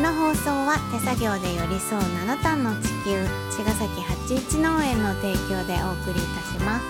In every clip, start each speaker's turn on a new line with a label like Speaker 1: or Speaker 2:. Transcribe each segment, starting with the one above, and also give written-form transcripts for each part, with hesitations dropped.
Speaker 1: の放送は手作業で寄り添う7段の地球、茅ヶ崎八一農園の提供でお送りいたします。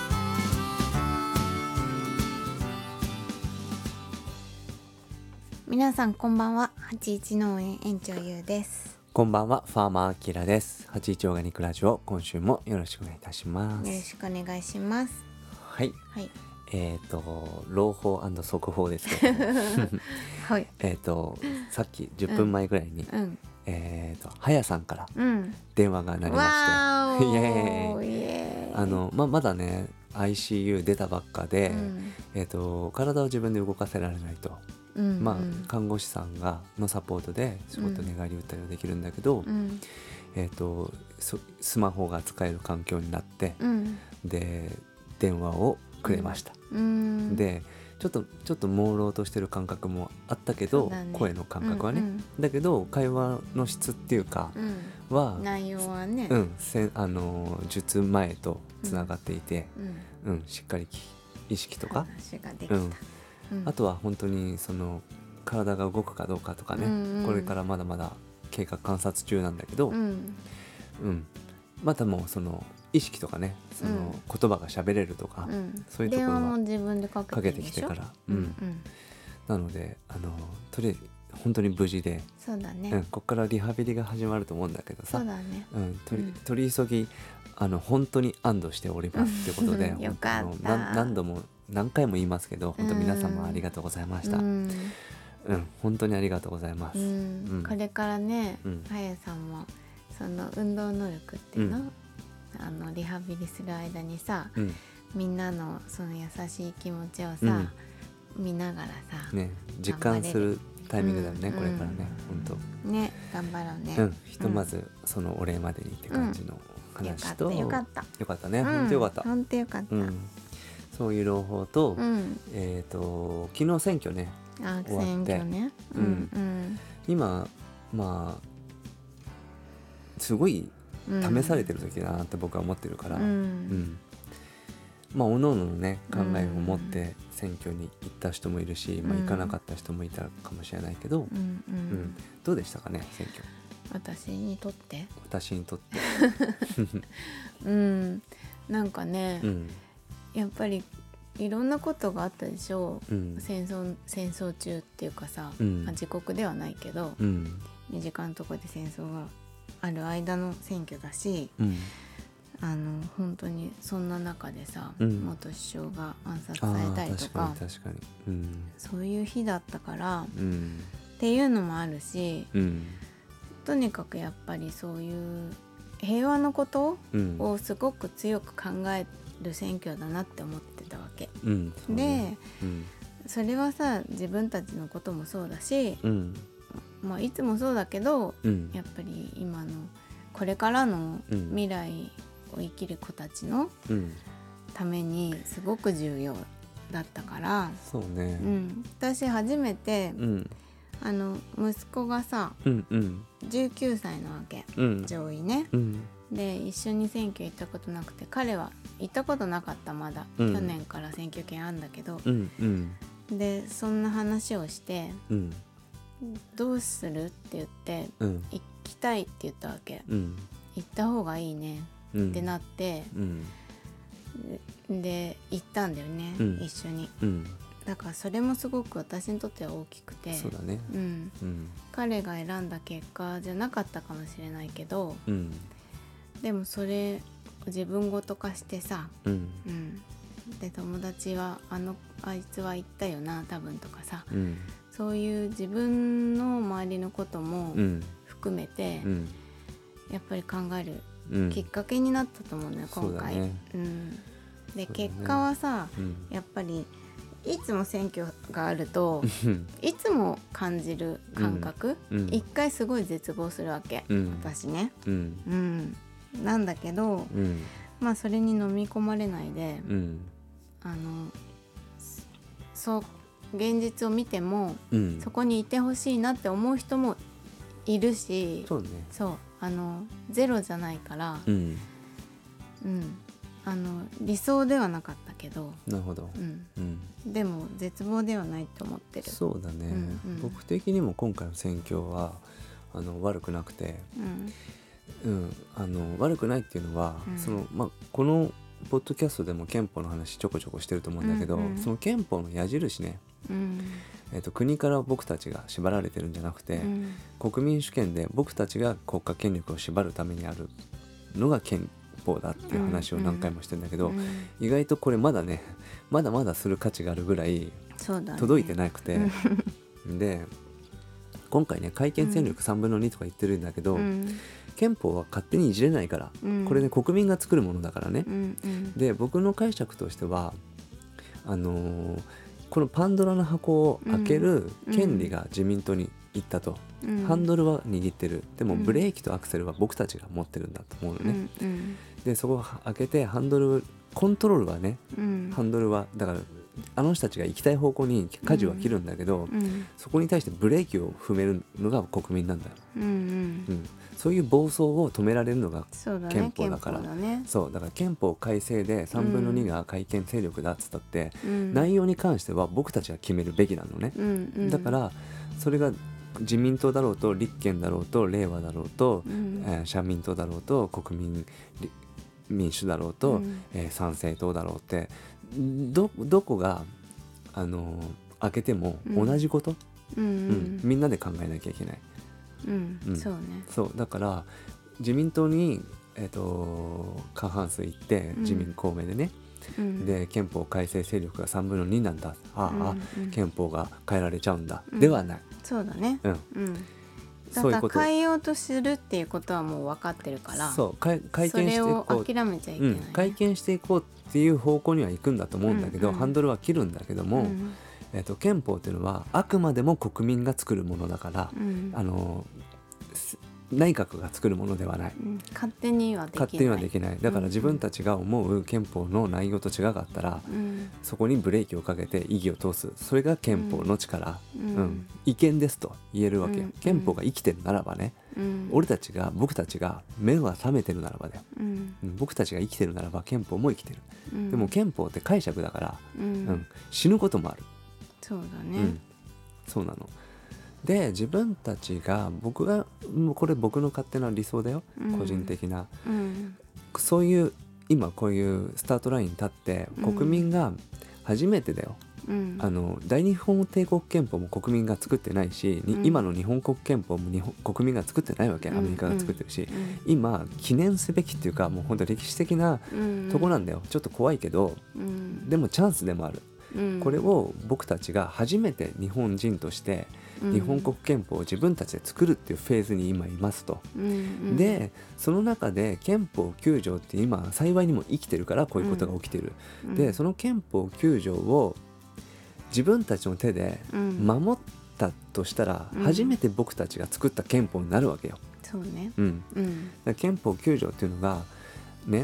Speaker 1: 皆さんこんばんは。八一農園園長ゆうです。
Speaker 2: こんばんは、ファーマーアキラです。八一オーガニックラジオ、今週もよろしくお願いいたします。
Speaker 1: よろしくお願いします。
Speaker 2: はい、
Speaker 1: はい、
Speaker 2: 朗報&速報ですけど
Speaker 1: はい、
Speaker 2: さっき10分前ぐらいに、はやさんから
Speaker 1: うん
Speaker 2: 電話が鳴りま
Speaker 1: わ
Speaker 2: して、イエ
Speaker 1: ー
Speaker 2: ーイ。
Speaker 1: イエーイ。
Speaker 2: まだね ICU 出たばっかで、
Speaker 1: うん
Speaker 2: 体を自分で動かせられないと、
Speaker 1: うん
Speaker 2: 看護師さんのサポートで仕事寝返り打ったりはできるんだけど、
Speaker 1: うん
Speaker 2: スマホが使える環境になって、
Speaker 1: うん
Speaker 2: で電話をくれました、
Speaker 1: うん
Speaker 2: でちょっと朦朧としてる感覚もあったけど、
Speaker 1: ね、
Speaker 2: 声の感覚はね、
Speaker 1: うん
Speaker 2: だけど会話の質っていうか
Speaker 1: うん
Speaker 2: は、
Speaker 1: 内容はね、
Speaker 2: 術前とつながっていて、しっかり意識とか、
Speaker 1: 話ができた、
Speaker 2: あとは本当にその体が動くかどうかとかね、これからまだまだ経過観察中なんだけど、またもうその意識とかね、その言葉が喋れるとか、そういうところ
Speaker 1: 電話
Speaker 2: は
Speaker 1: も自分でかけて
Speaker 2: きてから、
Speaker 1: うん
Speaker 2: なのでとりあえず本当に無事で、
Speaker 1: そうだね、
Speaker 2: ここからリハビリが始まると思うんだけどさ、
Speaker 1: そうだね、
Speaker 2: 取り急ぎ本当に安堵しておりますってことで
Speaker 1: よかった。
Speaker 2: 何回も言いますけど、本当皆様ありがとうございました。本当にありがとうございます。
Speaker 1: これからね、はやさんもその運動能力っていうの、リハビリする間にさ、みんなのその優しい気持ちをさ、見ながらさ、
Speaker 2: ね、実感するタイミングだよね、これからね、本当
Speaker 1: ね、頑張ろうね。
Speaker 2: ひとまずそのお礼までにって感じの話と、
Speaker 1: よかった
Speaker 2: ね、本当よかった、
Speaker 1: 本当よかった、
Speaker 2: そういう朗報と、昨日選挙ね終わって、今すごい試されてる時だなって僕は思ってるから、おのおののね考えを持って選挙に行った人もいるし、行かなかった人もいたかもしれないけど、どうでしたかね選挙。
Speaker 1: 私にとってなんかね、やっぱりいろんなことがあったでしょう、戦争中っていうかさ、自国ではないけど、身近なところで戦争がある間の選挙だし、本当にそんな中でさ、元首相が暗殺されたりとか、
Speaker 2: 確かに、
Speaker 1: そういう日だったから、っていうのもあるし、とにかくやっぱりそういう平和のことをすごく強く考える選挙だなって思ってたわけ、で、それはさ自分たちのこともそうだし、いつもそうだけど、やっぱり今のこれからの未来を生きる子たちのためにすごく重要だったから、
Speaker 2: そうね、
Speaker 1: 私初めて、息子がさ、19歳なわけ、上位ね、で一緒に選挙行ったことなくて、彼は行ったことなかったまだ、去年から選挙権あるんだけど、でそんな話をして、どうするって言って、行きたいって言ったわけ、行った方がいいねってなって、で行ったんだよね、一緒に、だからそれもすごく私にとっては大きくて、
Speaker 2: そうだね、
Speaker 1: 彼が選んだ結果じゃなかったかもしれないけど、でもそれ自分ごと化してさ、で友達はあいつは言ったよな多分とかさ、そういう自分の周りのことも含めて、やっぱり考えるきっかけになったと思うのよ、今回。で結果はさ、やっぱりいつも選挙があるといつも感じる感覚、一回すごい絶望するわけ、私ね、なんだけど、それに飲み込まれないで、そう現実を見ても、そこにいてほしいなって思う人もいるし、
Speaker 2: そうね、
Speaker 1: ゼロじゃないから、 理想ではなかったけど、
Speaker 2: なるほど、
Speaker 1: でも絶望ではないと思ってる。
Speaker 2: そうだね、僕的にも今回の選挙は悪くなくて、悪くないっていうのは、このポッドキャストでも憲法の話ちょこちょこしてると思うんだけど、その憲法の矢印ね、国から僕たちが縛られてるんじゃなくて、国民主権で僕たちが国家権力を縛るためにあるのが憲法だっていう話を何回もしてるんだけど、意外とこれまだねまだまだする価値があるぐらい届いてなくて、で今回ね改憲勢力3分の2とか言ってるんだけど、憲法は勝手にいじれないから、これね国民が作るものだからね、で僕の解釈としてはこのパンドラの箱を開ける権利が自民党に行ったと、ハンドルは握ってる、でもブレーキとアクセルは僕たちが持ってるんだと思うのね、でそこを開けてハンドルコントロールはね、ハンドルはだからあの人たちが行きたい方向に舵は切るんだけど、そこに対してブレーキを踏めるのが国民なんだよ、そういう暴走を止められるのが憲法だから、そうだから憲法改正で3分の2が改憲勢力だっつったって、内容に関しては僕たちが決めるべきなのね、だからそれが自民党だろうと立憲だろうと令和だろうと、社民党だろうと国民民主だろうと、参政党だろうって、どこが開けても同じこと、みんなで考えなきゃいけない、そうね、そうだから自民党に、過半数いって自民公明でね、で憲法改正勢力が3分の2なんだ、憲法が変えられちゃうんだ、ではない、
Speaker 1: そうだね、だから変えようとするっていうことはもう分かってるから、
Speaker 2: そう改憲していこう、
Speaker 1: それを諦めちゃいけない、
Speaker 2: 改憲していこうっていう方向には行くんだと思うんだけど、ハンドルは切るんだけども、憲法っていうのはあくまでも国民が作るものだから、内閣が作るものではない、
Speaker 1: 勝手にはできない、
Speaker 2: だから自分たちが思う憲法の内容と違かったら、そこにブレーキをかけて異議を通す、それが憲法の力、違憲ですと言えるわけよ、憲法が生きてるならばね、僕たちが目が覚めてるならばだよ、僕たちが生きてるならば憲法も生きてる、でも憲法って解釈だから、死ぬこともある、
Speaker 1: そうだね、
Speaker 2: そうなので、自分たちがこれ僕の勝手な理想だよ、個人的な、そういう今こういうスタートラインに立って国民が初めてだよ、大日本帝国憲法も国民が作ってないし、今の日本国憲法も国民が作ってないわけ、アメリカが作ってるし、今記念すべきっていうかもう本当歴史的なとこなんだよ、ちょっと怖いけど、でもチャンスでもある、これを僕たちが初めて日本人として日本国憲法を自分たちで作るっていうフェーズに今いますと、でその中で憲法9条って今幸いにも生きてるからこういうことが起きてる、でその憲法9条を自分たちの手で守ったとしたら、初めて僕たちが作った憲法になるわけよ。
Speaker 1: そうね、
Speaker 2: だ憲法9条っていうのがね、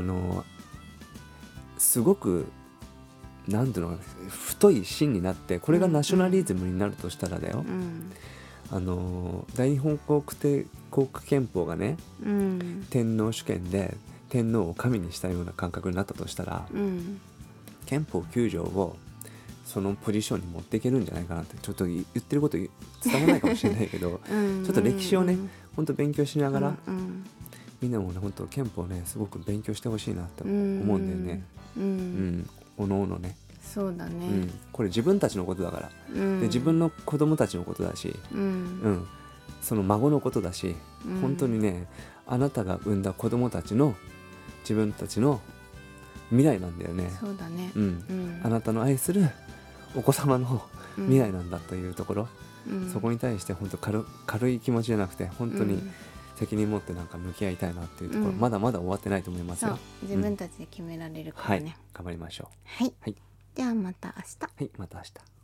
Speaker 2: すごくなんていうのかな、太い芯になって、これがナショナリズムになるとしたらだよ、大日本国帝国憲法がね、天皇主権で天皇を神にしたような感覚になったとしたら、憲法9条をそのポジションに持っていけるんじゃないかなって、ちょっと言ってること伝わらないかもしれないけどちょっと歴史をね本当勉強しながら、みんなもね本当憲法ねすごく勉強してほしいなって思うんだよね。おのおのね、
Speaker 1: そうだね、
Speaker 2: これ自分たちのことだから、で自分の子供たちのことだし、その孫のことだし、本当にねあなたが産んだ子供たちの自分たちの未来なんだよね。
Speaker 1: そうだね、
Speaker 2: あなたの愛するお子様の未来なんだというところ、そこに対して本当軽い気持ちじゃなくて本当に責任持ってなんか向き合いたいなっていうところ、まだまだ終わってないと思いますよ。
Speaker 1: そう自分たちで決められるからね、
Speaker 2: 頑張りましょう。
Speaker 1: はい、ではまた明日。
Speaker 2: はい、また明日。